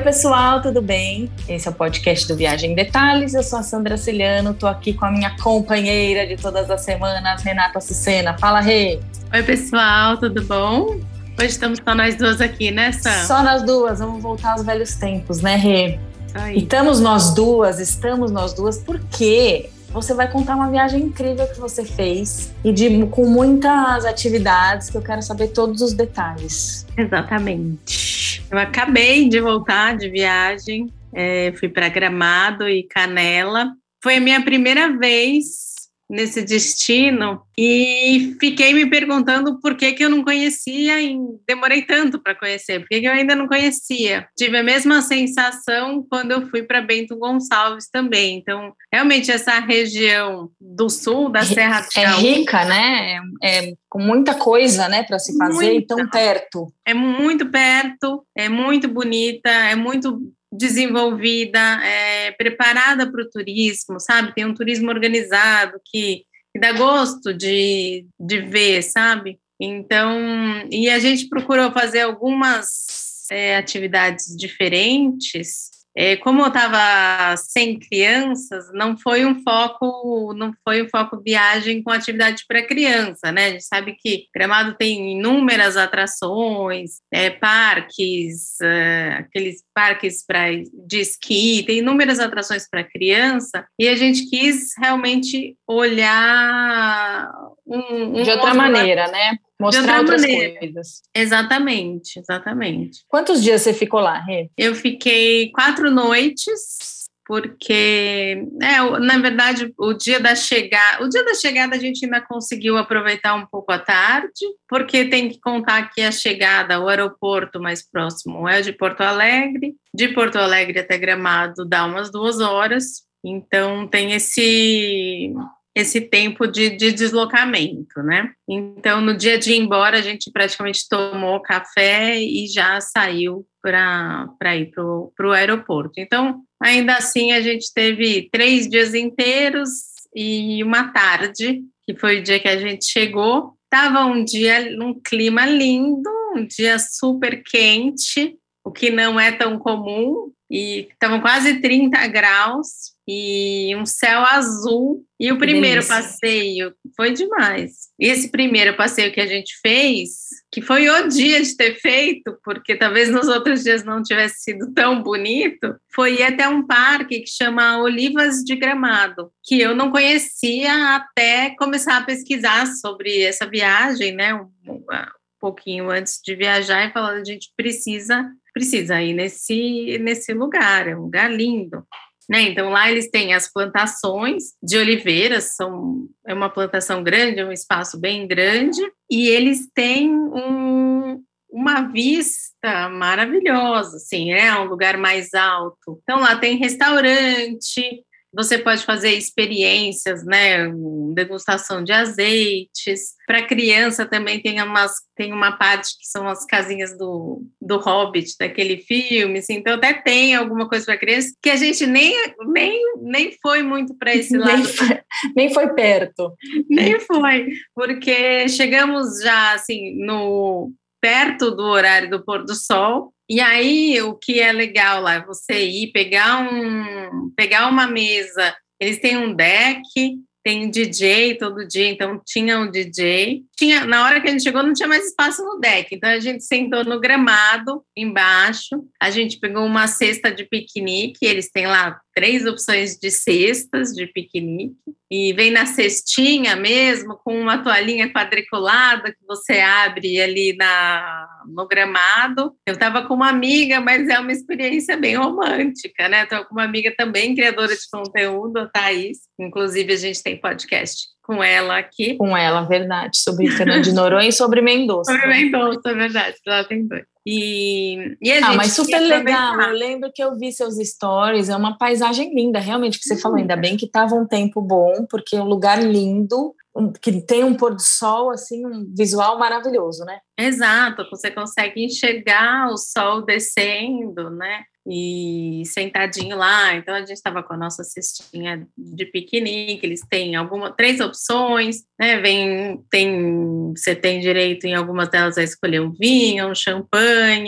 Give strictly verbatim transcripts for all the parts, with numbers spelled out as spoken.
pessoal, tudo bem? Esse é o podcast do Viagem em Detalhes. Eu sou a Sandra Ciliano, tô aqui com a minha companheira de todas as semanas, Renata Sucena. Fala, Rê! Oi, pessoal, tudo bom? Hoje estamos só nós duas aqui, né, Sam? Só nós duas, vamos voltar aos velhos tempos, né, Rê? Aí. E estamos nós duas, estamos nós duas, porque você vai contar uma viagem incrível que você fez e de, com muitas atividades que eu quero saber todos os detalhes. Exatamente. Eu acabei de voltar de viagem, é, fui para Gramado e Canela. Foi a minha primeira vez nesse destino e fiquei me perguntando por que que eu não conhecia e demorei tanto para conhecer, por que que eu ainda não conhecia. Tive a mesma sensação quando eu fui para Bento Gonçalves também. Então, realmente essa região do sul da Serra do É Gaúcho, rica, né? É, é com muita coisa, né, para se fazer e tão perto. É muito perto, é muito bonita, é muito desenvolvida, é preparada para o turismo, sabe? Tem um turismo organizado que, que dá gosto de, de ver, sabe? Então, e a gente procurou fazer algumas é, atividades diferentes. É, como eu estava sem crianças, não foi um foco, não foi um foco viagem com atividade para criança, né? A gente sabe que Gramado tem inúmeras atrações, é, parques, é, aqueles parques pra, de esqui, tem inúmeras atrações para criança, e a gente quis realmente olhar um, um de outra maneira, lado, né? Mostrar outras maneira. coisas. Exatamente, exatamente. Quantos dias você ficou lá, Rê? Eu fiquei quatro noites, porque, é, na verdade, o dia da chegada, o dia da chegada a gente ainda conseguiu aproveitar um pouco à tarde, porque tem que contar que a chegada, o aeroporto mais próximo é de Porto Alegre, de Porto Alegre até Gramado dá umas duas horas, então tem esse... esse tempo de, de deslocamento, né? Então, no dia de ir embora, a gente praticamente tomou café e já saiu para ir para o aeroporto. Então, ainda assim, a gente teve três dias inteiros e uma tarde, que foi o dia que a gente chegou. Estava um dia, um clima lindo, um dia super quente, o que não é tão comum, e estavam quase trinta graus, e um céu azul, e o primeiro passeio foi demais. E esse primeiro passeio que a gente fez, que foi o dia de ter feito, porque talvez nos outros dias não tivesse sido tão bonito, foi ir até um parque que chama Olivas de Gramado, que eu não conhecia até começar a pesquisar sobre essa viagem, né, um, um pouquinho antes de viajar, e falar, a gente precisa, precisa ir nesse, nesse lugar, é um lugar lindo. Né? Então, lá eles têm as plantações de oliveiras, são, é uma plantação grande, é um espaço bem grande, e eles têm um, uma vista maravilhosa, assim, é um lugar mais alto. Então, lá tem restaurante, você pode fazer experiências, né, degustação de azeites. Para criança também tem, umas, tem uma parte que são as casinhas do, do Hobbit, daquele filme, assim, então até tem alguma coisa para criança, que a gente nem, nem, nem foi muito para esse lado. Nem foi, nem foi perto. Nem foi, porque chegamos já, assim, no, perto do horário do pôr do sol. E aí, o que é legal lá é você ir pegar, um, pegar uma mesa, eles têm um deck, tem um D J todo dia, então tinha um D J. Tinha, na hora que a gente chegou, não tinha mais espaço no deck, então a gente sentou no gramado, embaixo, a gente pegou uma cesta de piquenique, eles têm lá três opções de cestas de piquenique, e vem na cestinha mesmo, com uma toalhinha quadriculada que você abre ali na, no gramado. Eu estava com uma amiga, mas é uma experiência bem romântica, né? Estou com uma amiga também, criadora de conteúdo, a Thaís. Inclusive, a gente tem podcast com ela aqui. Com ela, verdade. Sobre Fernando de Noronha e sobre Mendonça. Sobre Mendonça, é verdade. Ela tem dois. E, e a ah, gente mas super legal. Eu lembro que eu vi seus stories. É uma paisagem linda, realmente, que você hum. falou. Ainda bem que estava um tempo bom, porque é um lugar lindo, um, que tem um pôr do sol, assim, um visual maravilhoso, né? Exato. Você consegue enxergar o sol descendo, né? E sentadinho lá, então a gente estava com a nossa cestinha de piquenique, eles têm alguma, três opções, né, vem, tem, você tem direito em algumas delas a escolher um vinho, um champanhe,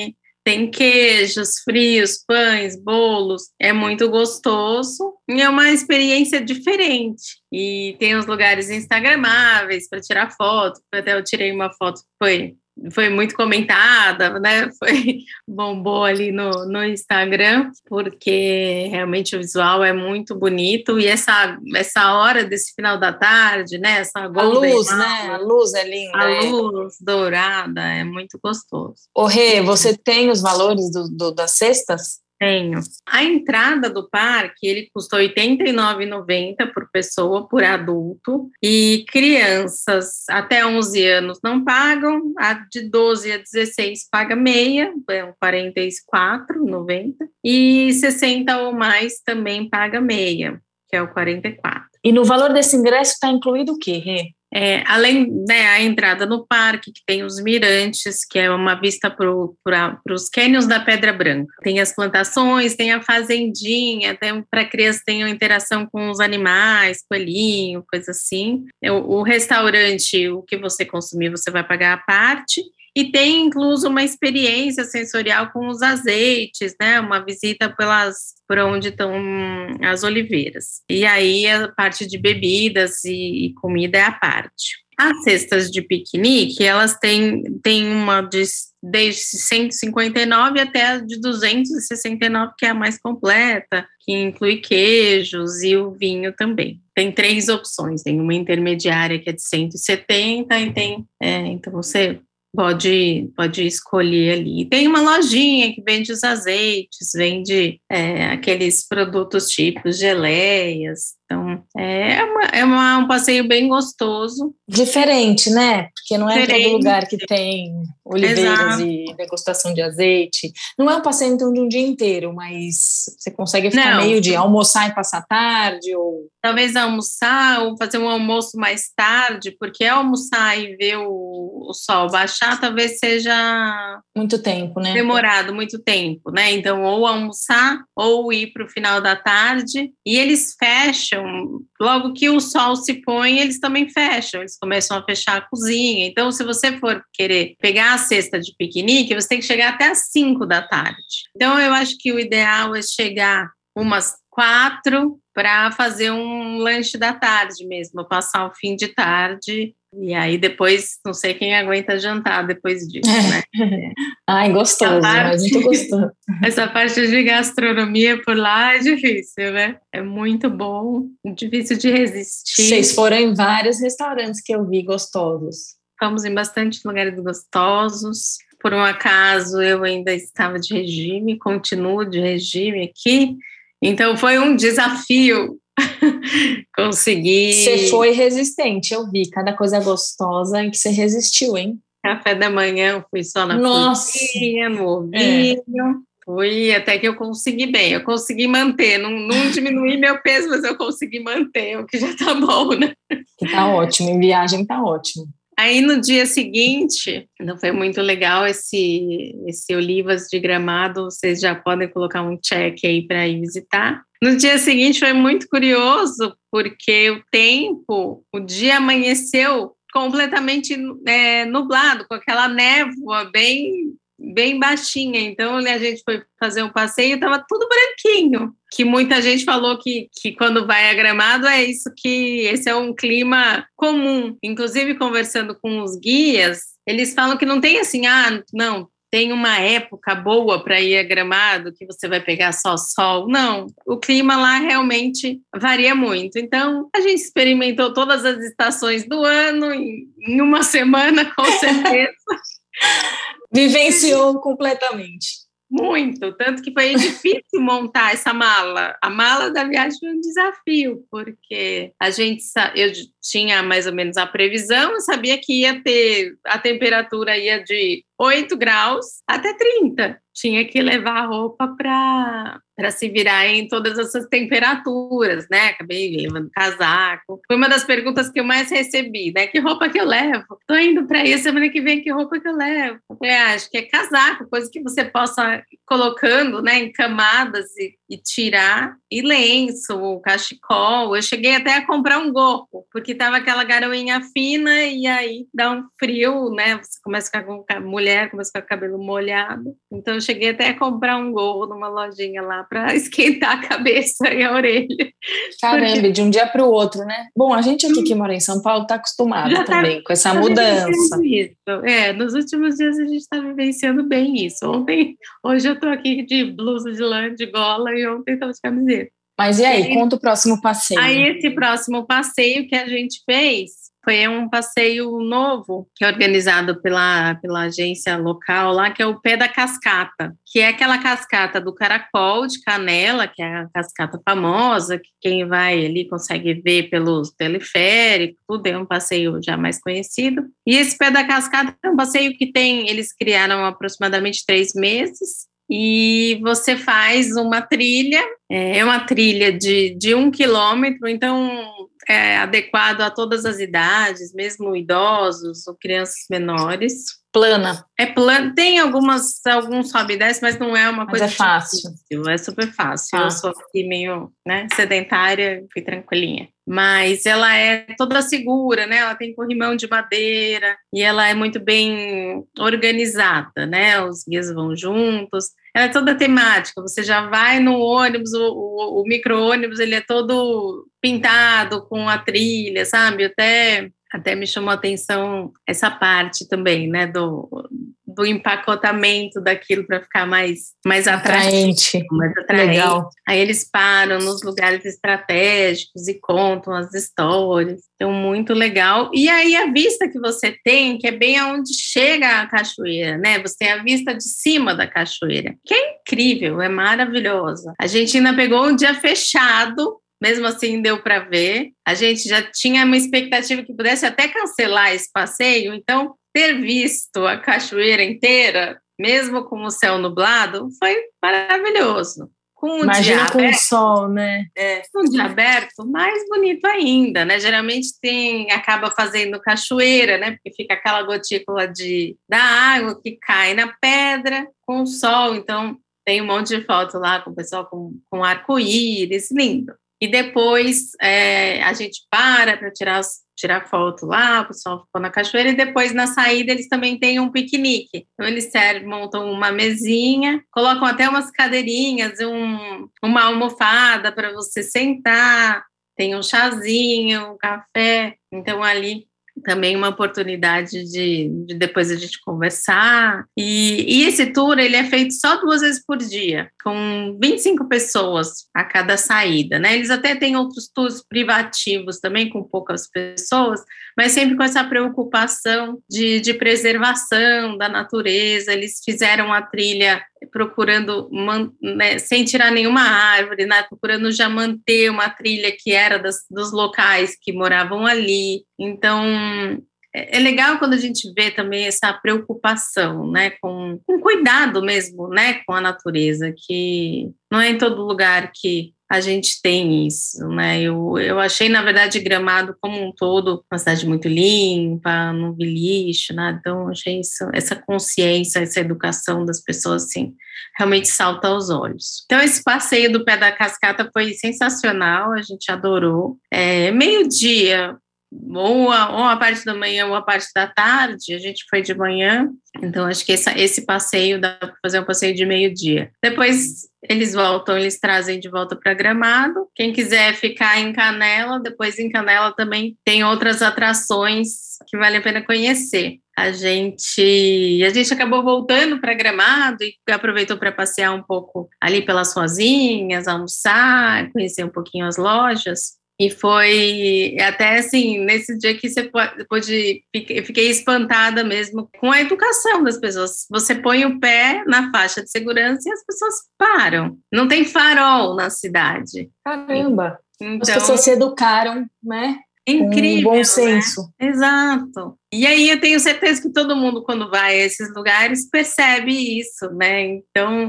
tem queijos, frios, pães, bolos, é muito gostoso e é uma experiência diferente. E tem os lugares instagramáveis para tirar foto, até eu tirei uma foto que foi, foi muito comentada, né? Foi, bombou ali no, no Instagram, porque realmente o visual é muito bonito e essa, essa hora desse final da tarde, né? Essa a luz, hour, né? A luz é linda. A é. luz dourada é muito gostoso. Ô Rê, você tem os valores do, do, das cestas? Tenho. A entrada do parque, ele custa oitenta e nove reais e noventa centavos por pessoa, por adulto, e crianças até onze anos não pagam, a de doze a dezesseis paga meia, é quarenta e quatro reais e noventa centavos, e sessenta ou mais também paga meia, que é o quarenta e quatro reais. E no valor desse ingresso está incluído o quê, Rê? É, além, né, a entrada no parque, que tem os mirantes, que é uma vista para os cânions da Pedra Branca. Tem as plantações, tem a fazendinha, para crianças tem a interação com os animais, coelhinho, coisa assim. O, o restaurante, o que você consumir, você vai pagar a parte. E tem incluso uma experiência sensorial com os azeites, né? Uma visita pelas, por onde estão as oliveiras. E aí a parte de bebidas e, e comida é a parte. As cestas de piquenique, elas têm, têm uma de, desde cento e cinquenta e nove até a de duzentos e sessenta e nove, que é a mais completa, que inclui queijos e o vinho também. Tem três opções, tem uma intermediária que é de cento e setenta e tem, é, então você Pode, pode escolher ali. Tem uma lojinha que vende os azeites, vende é, aqueles produtos típicos, geleias. Então, é, uma, é uma, um passeio bem gostoso. Diferente, né? Porque não é Diferente. todo lugar que tem oliveiras Exato. E degustação de azeite. Não é um passeio, então, de um dia inteiro, mas você consegue ficar Não. meio dia, almoçar e passar tarde, ou... Talvez almoçar ou fazer um almoço mais tarde, porque almoçar e ver o, o sol baixar talvez seja... Muito tempo, né? Demorado, muito tempo, né? Então, ou almoçar ou ir para o final da tarde. E eles fecham, logo que o sol se põe, eles também fecham. Eles começam a fechar a cozinha. Então, se você for querer pegar a cesta de piquenique, você tem que chegar até às cinco da tarde. Então, eu acho que o ideal é chegar umas quatro para fazer um lanche da tarde mesmo, passar o fim de tarde. E aí depois, não sei quem aguenta jantar depois disso, né? Ai, gostoso, parte, mas muito gostoso. Essa parte de gastronomia por lá é difícil, né? É muito bom, difícil de resistir. Vocês foram em vários restaurantes que eu vi gostosos. Fomos em bastante lugares gostosos. Por um acaso, eu ainda estava de regime, continuo de regime aqui. Então, foi um desafio conseguir... Você foi resistente, eu vi. Cada coisa gostosa em que você resistiu, hein? Café da manhã, eu fui só na frutinha, no ovinho. É. Fui até que eu consegui bem. Eu consegui manter. Não, não diminuí meu peso, mas eu consegui manter, o que já tá bom, né? Que tá ótimo. Em viagem tá ótimo. Aí, no dia seguinte, não foi muito legal esse, esse Olivas de Gramado, vocês já podem colocar um check aí para ir visitar. No dia seguinte foi muito curioso, porque o tempo, o dia amanheceu completamente é, nublado, com aquela névoa bem, bem baixinha. Então, a gente foi fazer um passeio e estava tudo branquinho. Que muita gente falou que, que quando vai a Gramado é isso, que esse é um clima comum. Inclusive, conversando com os guias, eles falam que não tem assim, ah, não, tem uma época boa para ir a Gramado, que você vai pegar só sol. Não, o clima lá realmente varia muito. Então, a gente experimentou todas as estações do ano em, em uma semana, com certeza. Vivenciou completamente. Muito, tanto que foi difícil montar essa mala. A mala da viagem foi um desafio, porque a gente, eu tinha mais ou menos a previsão, eu sabia que ia ter, a temperatura ia de oito graus até trinta. Tinha que levar a roupa para para se virar em todas essas temperaturas, né? Acabei levando casaco. Foi uma das perguntas que eu mais recebi, né? Que roupa que eu levo? Tô indo para ir semana que vem, que roupa que eu levo? Eu falei, ah, acho que é casaco, coisa que você possa ir colocando, né, em camadas e, e tirar. E lenço, cachecol. Eu cheguei até a comprar um gorro, porque porque tava aquela garoinha fina e aí dá um frio, né? Você começa a ficar com a mulher, começa a ficar com o cabelo molhado. Então eu cheguei até a comprar um gorro numa lojinha lá para esquentar a cabeça e a orelha. Caramba, Porque... de um dia para o outro, né? Bom, a gente aqui que mora em São Paulo está acostumado Já também tá, com essa tá mudança. Isso. É, nos últimos dias a gente está vivenciando bem isso. Ontem, hoje eu estou aqui de blusa de lã, de gola, e ontem estava de camiseta. Mas e aí, e, conta o próximo passeio. Aí esse próximo passeio que a gente fez foi um passeio novo, que é organizado pela, pela agência local lá, que é o Pé da Cascata, que é aquela cascata do Caracol de Canela, que é a cascata famosa, que quem vai ali consegue ver pelos teleféricos, tudo é um passeio já mais conhecido. E esse Pé da Cascata é um passeio que tem, eles criaram há aproximadamente três meses, e você faz uma trilha, é uma trilha de, de um quilômetro, então é adequado a todas as idades, mesmo idosos ou crianças menores. Plana. É plana, tem algumas, alguns sobe e desce, mas não é uma mas coisa é fácil. difícil, é super fácil. Ah. Eu sou aqui meio, né, sedentária, fui tranquilinha. Mas ela é toda segura, né? Ela tem corrimão de madeira e ela é muito bem organizada, né? Os guias vão juntos. Ela é toda temática. Você já vai no ônibus, o, o, o micro-ônibus, ele é todo pintado com a trilha, sabe? Até, até me chamou a atenção essa parte também, né? Do, do empacotamento daquilo para ficar mais, mais atraente. Mais atraente. Legal. Aí eles param nos lugares estratégicos e contam as histórias. Então, muito legal. E aí a vista que você tem, que é bem aonde chega a cachoeira, né? Você tem a vista de cima da cachoeira, que é incrível, é maravilhosa. A gente ainda pegou um dia fechado, mesmo assim deu para ver. A gente já tinha uma expectativa que pudesse até cancelar esse passeio, então ter visto a cachoeira inteira, mesmo com o céu nublado, foi maravilhoso. Com o Imagina dia com aberto, o sol, né? É, com o dia aberto, mais bonito ainda, né? Geralmente tem, acaba fazendo cachoeira, né? Porque fica aquela gotícula de, da água que cai na pedra com o sol. Então, tem um monte de foto lá com o pessoal com, com arco-íris, lindo. E depois é, a gente para para tirar, tirar foto lá, o pessoal ficou na cachoeira, e depois na saída eles também têm um piquenique. Então eles servem, montam uma mesinha, colocam até umas cadeirinhas, um, uma almofada para você sentar, tem um chazinho, um café, então ali também uma oportunidade de, de depois a gente conversar. E, e esse tour, ele é feito só duas vezes por dia, com vinte e cinco pessoas a cada saída, né? Eles até têm outros tours privativos também, com poucas pessoas, mas sempre com essa preocupação de, de preservação da natureza. Eles fizeram a trilha procurando, né, sem tirar nenhuma árvore, né, procurando já manter uma trilha que era das, dos locais que moravam ali. Então, é, é legal quando a gente vê também essa preocupação, né, com, com cuidado mesmo, né, com a natureza, que não é em todo lugar que a gente tem isso, né? Eu, eu achei, na verdade, Gramado como um todo uma cidade muito limpa, não vi lixo, nada. Então, eu achei isso, essa consciência, essa educação das pessoas, assim, realmente salta aos olhos. Então, esse passeio do Pé da Cascata foi sensacional, a gente adorou. É, meio-dia, ou a, ou a parte da manhã ou a parte da tarde, a gente foi de manhã, então acho que essa, esse passeio dá para fazer um passeio de meio-dia. Depois eles voltam, eles trazem de volta para Gramado. Quem quiser ficar em Canela, depois em Canela também tem outras atrações que vale a pena conhecer. A gente, a gente acabou voltando para Gramado e aproveitou para passear um pouco ali pelas ruazinhas, almoçar, conhecer um pouquinho as lojas. E foi até assim, nesse dia que você pode, eu fiquei espantada mesmo com a educação das pessoas. Você põe o pé na faixa de segurança e as pessoas param. Não tem farol na cidade. Caramba! Então, as pessoas se educaram, né? Incrível, com bom senso. Né? Exato. E aí eu tenho certeza que todo mundo, quando vai a esses lugares, percebe isso, né? Então...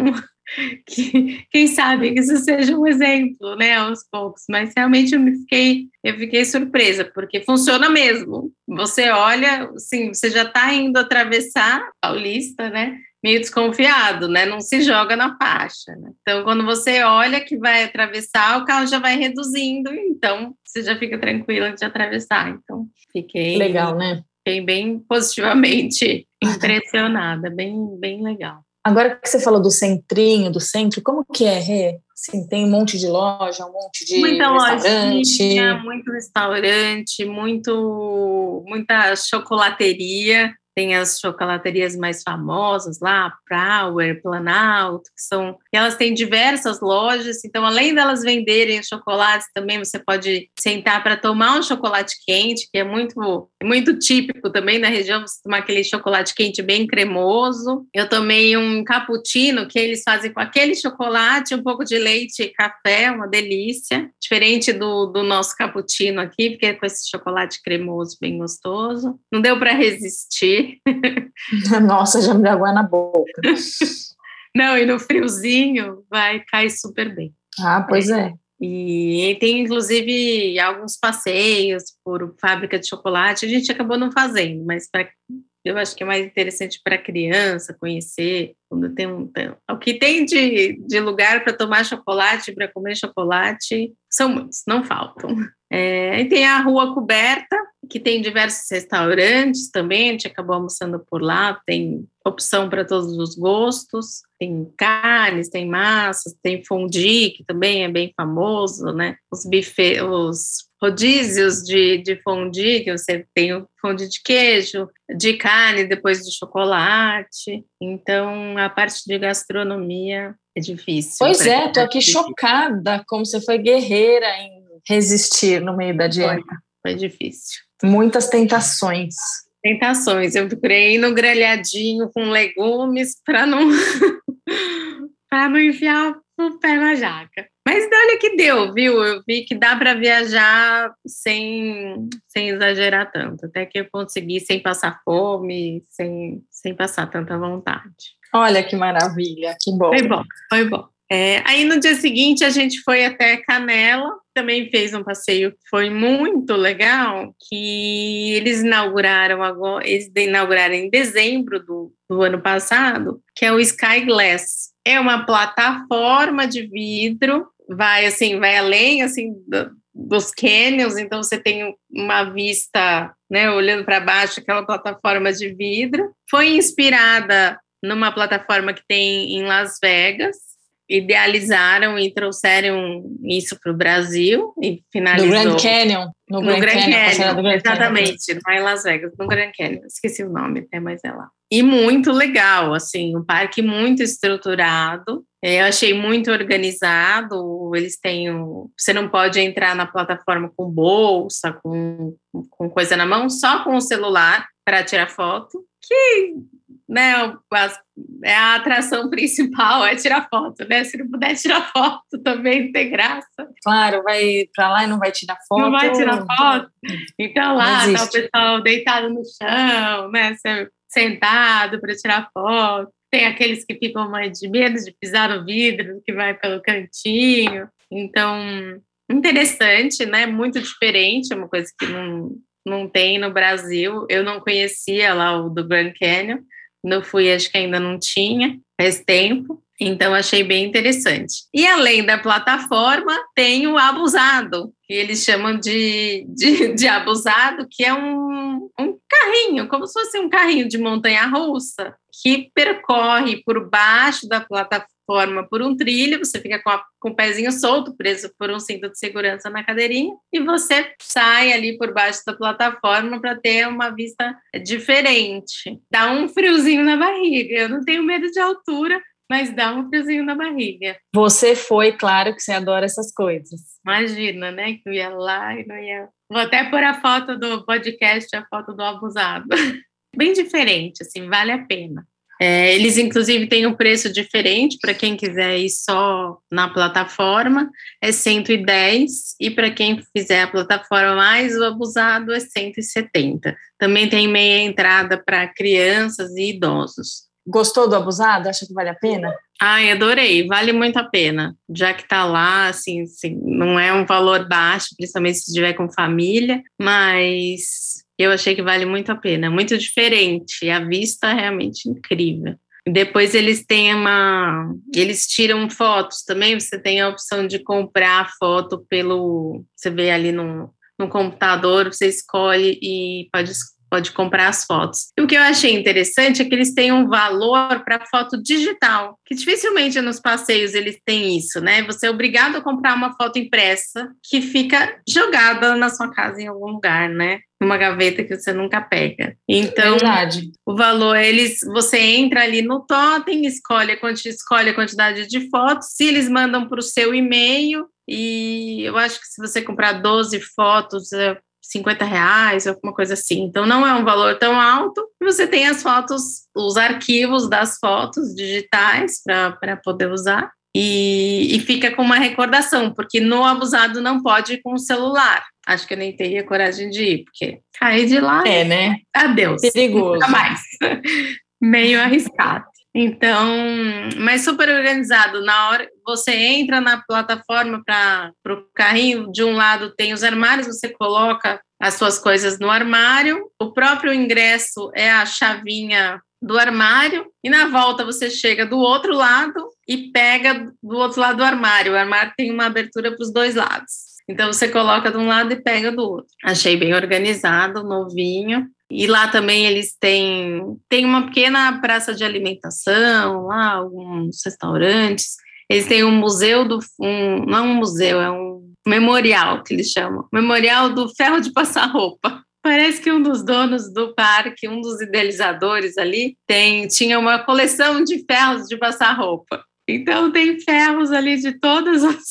Que, quem sabe que isso seja um exemplo, né, aos poucos, mas realmente eu me fiquei, eu fiquei surpresa, porque funciona mesmo. Você olha, assim, você já está indo atravessar Paulista, né, meio desconfiado, né? Não se joga na faixa, né? Então, quando você olha que vai atravessar, o carro já vai reduzindo, então você já fica tranquila de atravessar. Então, fiquei... Legal, né? Fiquei bem positivamente impressionada, bem, bem legal. Agora que você falou do centrinho, do centro, como que é, Rê? Assim, tem um monte de loja, um monte de muita restaurante. Lojinha, muito restaurante, muito, muita chocolateria. Tem as chocolaterias mais famosas lá, Prauer, Planalto, que são... E elas têm diversas lojas, então além delas venderem chocolates, também você pode sentar para tomar um chocolate quente, que é muito, muito típico também na região, você tomar aquele chocolate quente bem cremoso. Eu tomei um cappuccino, que eles fazem com aquele chocolate, um pouco de leite e café, uma delícia. Diferente do, do nosso cappuccino aqui, porque é com esse chocolate cremoso bem gostoso. Não deu para resistir. Nossa, já me deu água na boca. Não, e no friozinho vai cair super bem. Ah, pois é. E tem, inclusive, alguns passeios por fábrica de chocolate. A gente acabou não fazendo, mas pra, eu acho que é mais interessante para criança conhecer. Quando tem um, o que tem de, de lugar para tomar chocolate, para comer chocolate, são muitos, não faltam. É, e tem a Rua Coberta, que tem diversos restaurantes também, a gente acabou almoçando por lá, tem opção para todos os gostos, tem carnes, tem massas, tem fondue, que também é bem famoso, né? Os buffets, os rodízios de, de fondue, que você tem o fondue de queijo, de carne, depois de chocolate. Então, a parte de gastronomia é difícil. Pois é, tô aqui chocada como você foi guerreira em resistir no meio da dieta. Foi, foi difícil. Muitas tentações. Tentações. Eu procurei ir no grelhadinho com legumes para não para não enfiar o pé na jaca. Mas olha que deu, viu? Eu vi que dá para viajar sem, sem exagerar tanto. Até que eu consegui sem passar fome, sem, sem passar tanta vontade. Olha que maravilha, que bom. Foi bom, foi bom. É, aí no dia seguinte a gente foi até Canela, também fez um passeio que foi muito legal, que eles inauguraram agora, eles inauguraram em dezembro do, do ano passado, que é o Sky Glass. É uma plataforma de vidro, vai assim, vai além assim do, dos canyons, então você tem uma vista, né, olhando para baixo, aquela plataforma de vidro. Foi inspirada numa plataforma que tem em Las Vegas, idealizaram e trouxeram isso para o Brasil e finalizou. No Grand Canyon. No, no Grand, Grand Canyon, Canyon do Grand exatamente, Canyon. Não é em Las Vegas, no Grand Canyon, esqueci o nome até, mas é lá. E muito legal, assim, um parque muito estruturado, eu achei muito organizado, eles têm, o, você não pode entrar na plataforma com bolsa, com, com coisa na mão, só com o celular para tirar foto, que... Né, é a atração principal, é tirar foto, né? Se não puder tirar foto, também não tem graça. Claro, vai para lá e não vai tirar foto. Não vai tirar foto. Então lá tá o pessoal deitado no chão, né? Sentado para tirar foto. Tem aqueles que ficam mais de medo de pisar no vidro, que vai pelo cantinho. Então, interessante, né? Muito diferente, é uma coisa que não, não tem no Brasil. Eu não conhecia lá o do Grand Canyon. Quando eu fui, acho que ainda não tinha, faz tempo, então achei bem interessante. E além da plataforma, tem o abusado, que eles chamam de, de, de abusado, que é um, um carrinho, como se fosse um carrinho de montanha-russa, que percorre por baixo da plataforma por um trilho, você fica com, a, com o pezinho solto, preso por um cinto de segurança na cadeirinha, e você sai ali por baixo da plataforma para ter uma vista diferente. Dá um friozinho na barriga. Eu não tenho medo de altura, mas dá um friozinho na barriga. Você foi, claro que você adora essas coisas. Imagina, né? Que eu ia lá e não ia... Vou até pôr a foto do podcast, a foto do abusado. Bem diferente, assim, vale a pena. É, eles, inclusive, têm um preço diferente para quem quiser ir só na plataforma, é cento e dez, e para quem fizer a plataforma mais o abusado é cento e setenta. Também tem meia entrada para crianças e idosos. Gostou do abusado? Acha que vale a pena? Ai, adorei, vale muito a pena, já que está lá, assim, assim, não é um valor baixo, principalmente se estiver com família, mas... eu achei que vale muito a pena, muito diferente, a vista é realmente incrível. Depois eles têm uma... Eles tiram fotos também, você tem a opção de comprar foto pelo... Você vê ali no, no computador, você escolhe e pode pode comprar as fotos. E o que eu achei interessante é que eles têm um valor para foto digital, que dificilmente nos passeios eles têm isso, né? Você é obrigado a comprar uma foto impressa que fica jogada na sua casa em algum lugar, né? Uma gaveta que você nunca pega. Então, verdade. O valor, eles, você entra ali no totem, escolhe a, escolhe a quantidade de fotos, se eles mandam para o seu e-mail, e eu acho que se você comprar doze fotos, é cinquenta reais, alguma coisa assim. Então, não é um valor tão alto. Você tem as fotos, os arquivos das fotos digitais para poder usar. E, e fica com uma recordação, porque no abusado não pode ir com o celular. Acho que eu nem teria coragem de ir, porque cair de lá... É, né? Adeus. Perigoso. Nunca mais. Meio arriscado. Então, mas super organizado. Na hora você entra na plataforma para o carrinho, de um lado tem os armários, você coloca as suas coisas no armário, o próprio ingresso é a chavinha do armário, e na volta você chega do outro lado e pega do outro lado do armário. O armário tem uma abertura para os dois lados. Então, você coloca de um lado e pega do outro. Achei bem organizado, novinho. E lá também eles têm, têm uma pequena praça de alimentação, lá alguns restaurantes. Eles têm um museu do... Um, não é um museu, é um memorial, que eles chamam. Memorial do ferro de passar roupa. Parece que um dos donos do parque, um dos idealizadores ali, tem, tinha uma coleção de ferros de passar roupa. Então, tem ferros ali de todas as...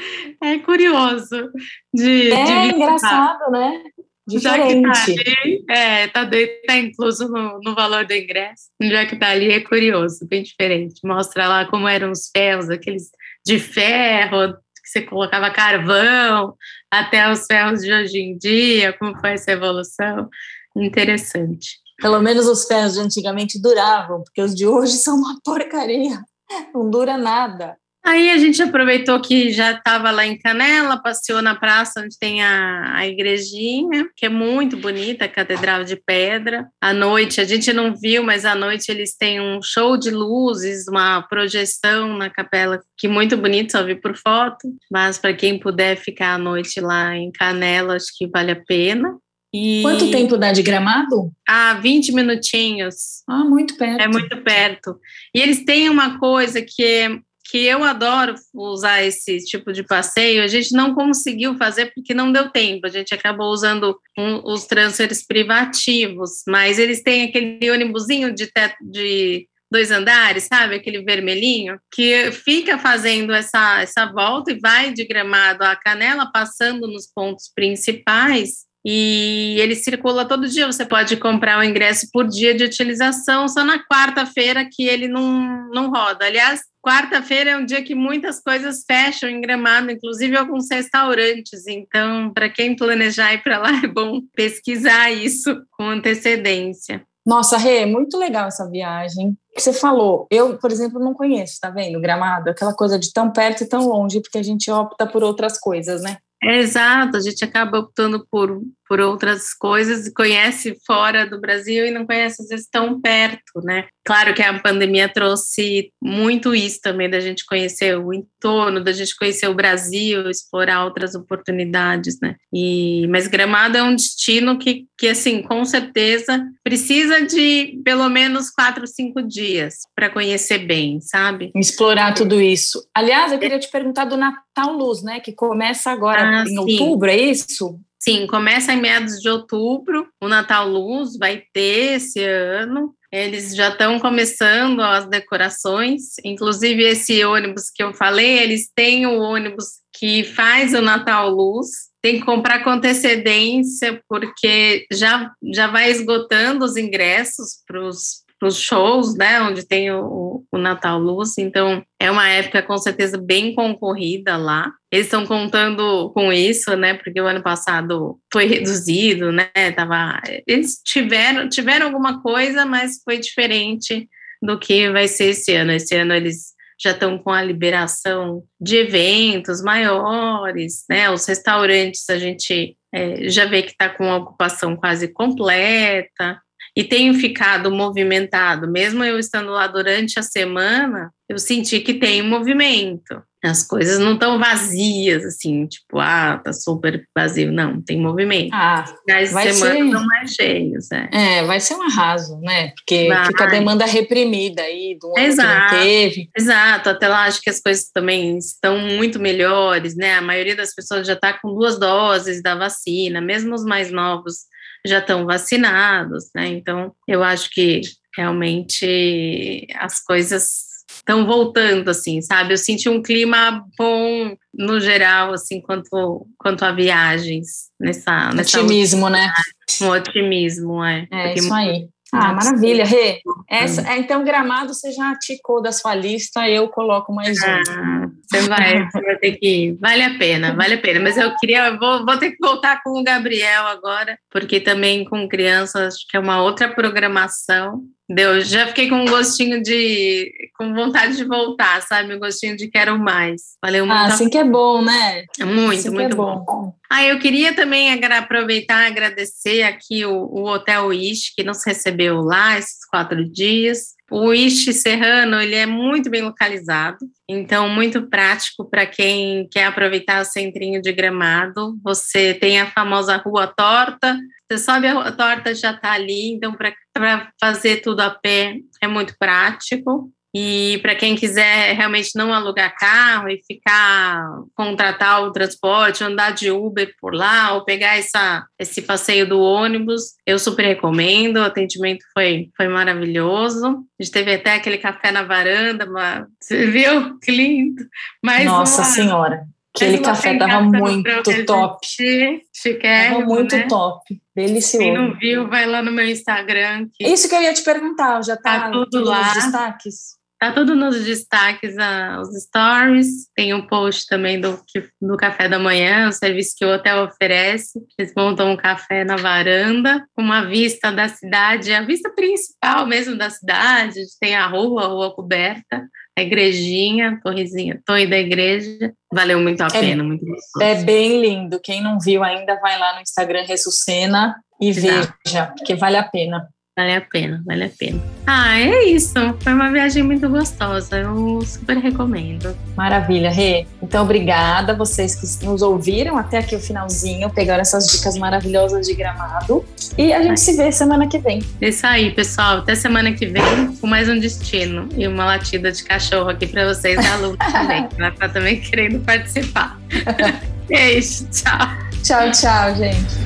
É curioso. De, é de engraçado, né? Diferente. Já que tá ali, é, tá, tá incluso no, no valor do ingresso. Já que tá ali, é curioso, bem diferente. Mostra lá como eram os ferros, aqueles de ferro, que você colocava carvão, até os ferros de hoje em dia, como foi essa evolução. Interessante. Pelo menos os ferros de antigamente duravam, porque os de hoje são uma porcaria. Não dura nada. Aí a gente aproveitou que já estava lá em Canela, passeou na praça onde tem a, a igrejinha, que é muito bonita, a Catedral de Pedra. À noite, a gente não viu, mas à noite eles têm um show de luzes, uma projeção na capela, que é muito bonito, só vi por foto. Mas para quem puder ficar à noite lá em Canela, acho que vale a pena. E... Quanto tempo dá de Gramado? Ah, vinte minutinhos. Ah, muito perto. É muito perto. E eles têm uma coisa que é... que eu adoro usar esse tipo de passeio, a gente não conseguiu fazer porque não deu tempo, a gente acabou usando um, os transfers privativos, mas eles têm aquele ônibusinho de, teto, de dois andares, sabe, aquele vermelhinho, que fica fazendo essa, essa volta e vai de Gramado a Canela, passando nos pontos principais, e ele circula todo dia. Você pode comprar o ingresso por dia de utilização, só na quarta-feira que ele não, não roda. Aliás, quarta-feira é um dia que muitas coisas fecham em Gramado, inclusive alguns restaurantes. Então, para quem planejar ir para lá, é bom pesquisar isso com antecedência. Nossa, Rê, é muito legal essa viagem. Você falou, eu, por exemplo, não conheço, tá vendo? Gramado, aquela coisa de tão perto e tão longe, porque a gente opta por outras coisas, né? É, exato, a gente acaba optando por, por outras coisas, conhece fora do Brasil e não conhece às vezes tão perto, né? Claro que a pandemia trouxe muito isso também, da gente conhecer o entorno, da gente conhecer o Brasil, explorar outras oportunidades, né? E, mas Gramado é um destino que, que, assim, com certeza precisa de pelo menos quatro, cinco dias para conhecer bem, sabe? Explorar tudo isso. Aliás, eu queria te perguntar do Natal Luz, né? Que começa agora ah, em sim. outubro, é isso? Sim, começa em meados de outubro, o Natal Luz vai ter esse ano. Eles já estão começando as decorações, inclusive esse ônibus que eu falei, eles têm o ônibus que faz o Natal Luz, tem que comprar com antecedência, porque já, já vai esgotando os ingressos para os shows, né, onde tem o, o Natal Luz, então é uma época com certeza bem concorrida lá. Eles estão contando com isso, né, porque o ano passado foi reduzido, né, tava, eles tiveram, tiveram alguma coisa, mas foi diferente do que vai ser esse ano. Esse ano eles já estão com a liberação de eventos maiores, né, os restaurantes a gente é, já vê que está com a ocupação quase completa. e tenho ficado movimentado, mesmo eu estando lá durante a semana, eu senti que tem movimento. As coisas não estão vazias, assim, tipo, ah, tá super vazio. Não, tem movimento. Ah, As vai semanas ser... estão mais cheios, é. É, vai ser um arraso, né? Porque vai. Fica a demanda reprimida aí do ano exato, que não teve. Exato, até lá acho que as coisas também estão muito melhores, né? A maioria das pessoas já está com duas doses da vacina, mesmo os mais novos já estão vacinados, né? Então, eu acho que realmente as coisas estão voltando, assim, sabe? Eu senti um clima bom no geral, assim, quanto, quanto a viagens nessa... nessa otimismo, né? Um otimismo, é. É, isso aí. Ah, maravilha, Rê. Essa, é, então, Gramado você já ticou da sua lista, eu coloco mais um. Ah, você vai, você vai ter que ir. Vale a pena, vale a pena. Mas eu queria, eu vou, vou ter que voltar com o Gabriel agora, porque também com crianças, acho que é uma outra programação. Deu, já fiquei com um gostinho de, com vontade de voltar, sabe? Um gostinho de quero mais. Valeu muito. Ah, assim que é bom, né? Muito, assim muito é bom. bom. Ah, eu queria também agra- aproveitar e agradecer aqui o, o Hotel Wish, que nos recebeu lá esses quatro dias. O Wish Serrano, ele é muito bem localizado, então muito prático para quem quer aproveitar o centrinho de Gramado. Você tem a famosa Rua Torta, você sobe a Rua Torta, já está ali, então para fazer tudo a pé é muito prático. E para quem quiser realmente não alugar carro e ficar, contratar o transporte, andar de Uber por lá ou pegar essa, esse passeio do ônibus, eu super recomendo, o atendimento foi, foi maravilhoso. A gente teve até aquele café na varanda, mas, você viu? Que lindo! Mais Nossa uma, Senhora, aquele café estava muito top. Chiquérrimo, Estava muito né? top, delicioso. Quem não viu, vai lá no meu Instagram. Que Isso que eu ia te perguntar, já está tá tudo, tudo lá. nos destaques? Tá tudo nos destaques, uh, os stories, tem um post também do, do café da manhã, o serviço que o hotel oferece. Eles montam um café na varanda, com uma vista da cidade, a vista principal mesmo da cidade, tem a rua, a rua coberta, a igrejinha, a torrezinha, torre da igreja. Valeu muito a pena, é, muito gostoso. É bem lindo, quem não viu ainda vai lá no Instagram Ressucena e Exato. Veja, porque vale a pena. Vale a pena, vale a pena. Ah, é isso. Foi uma viagem muito gostosa. Eu super recomendo. Maravilha, Rê. Então, obrigada a vocês que nos ouviram até aqui o finalzinho, pegaram essas dicas maravilhosas de Gramado. E a gente Ai. se vê semana que vem. Isso aí, pessoal. Até semana que vem com mais um destino e uma latida de cachorro aqui para vocês, alunos também. Ela tá também querendo participar. Beijo, tchau. Tchau, tchau, gente.